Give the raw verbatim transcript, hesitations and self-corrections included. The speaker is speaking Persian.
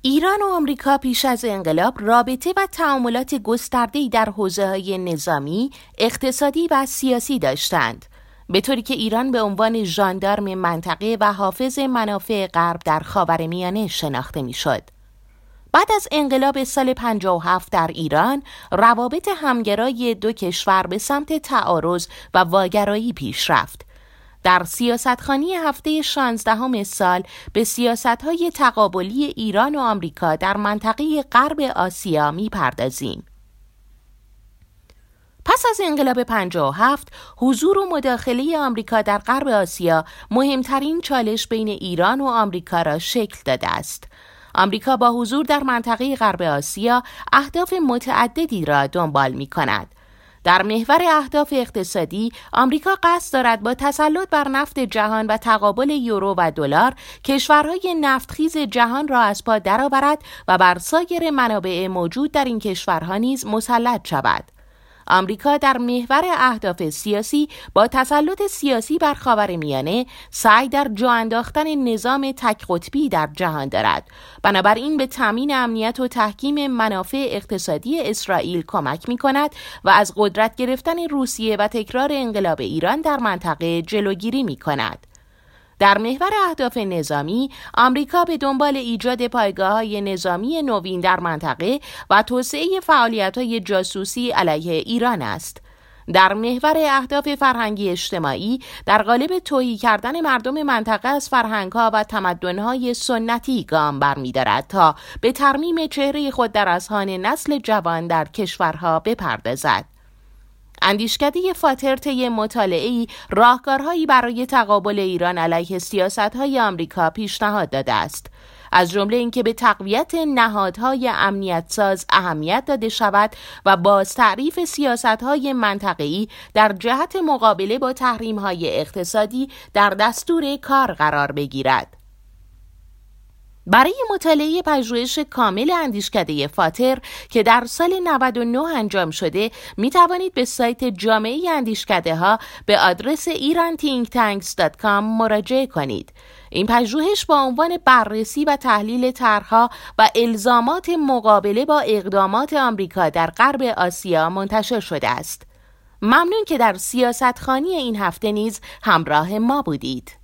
ایران و آمریکا پیش از انقلاب رابطه و تعاملات گسترده‌ای در حوزه‌های نظامی، اقتصادی و سیاسی داشتند، به طوری که ایران به عنوان ژاندارم منطقه و حافظ منافع غرب در خاورمیانه شناخته می‌شد. بعد از انقلاب سال پنجاه و هفت در ایران، روابط همگرای دو کشور به سمت تعارض و واگرایی پیش رفت. در سیاستخوانی هفته شانزدهم سال به سیاست‌های تقابلی ایران و آمریکا در منطقه غرب آسیا می‌پردازیم. پس از انقلاب پنجاه و هفت، حضور و مداخله آمریکا در غرب آسیا مهمترین چالش بین ایران و آمریکا را شکل داده است. آمریکا با حضور در منطقه غرب آسیا اهداف متعددی را دنبال می‌کند. در محور اهداف اقتصادی، آمریکا قصد دارد با تسلط بر نفت جهان و تقابل یورو و دلار کشورهای نفتخیز جهان را از پا درآورد و بر سایر منابع موجود در این کشورها نیز مسلط شود. آمریکا در محور اهداف سیاسی با تسلط سیاسی بر خاورمیانه سعی در جا انداختن نظام تک قطبی در جهان دارد. بنابراین به تامین امنیت و تحکیم منافع اقتصادی اسرائیل کمک می کند و از قدرت گرفتن روسیه و تکرار انقلاب ایران در منطقه جلوگیری می کند. در محور اهداف نظامی، آمریکا به دنبال ایجاد پایگاه‌های نظامی نوین در منطقه و توسعه فعالیت‌های جاسوسی علیه ایران است. در محور اهداف فرهنگی اجتماعی، در قالب تهی کردن مردم منطقه از فرهنگ‌ها و تمدن‌های سنتی گام برمی‌دارد تا به ترمیم چهره خود در اذهان نسل جوان در کشورها بپردازد. اندیشکده فاتر طی مطالعه‌ای راهکارهایی برای تقابل ایران علیه سیاست‌های آمریکا پیشنهاد داده است، از جمله اینکه به تقویت نهادهای امنیت ساز اهمیت داده شود و باز تعریف سیاست‌های منطقه‌ای در جهت مقابله با تحریم‌های اقتصادی در دستور کار قرار بگیرد. برای مطالعه پژوهش کامل اندیشکده فاتر که در سال نود و نه انجام شده، می توانید به سایت جامعه اندیشکده‌ها به آدرس ایران تینک تانکس دات کام مراجعه کنید. این پژوهش با عنوان بررسی و تحلیل طرح‌ها و الزامات مقابله با اقدامات آمریکا در غرب آسیا منتشر شده است. ممنون که در سیاستخوانی این هفته نیز همراه ما بودید.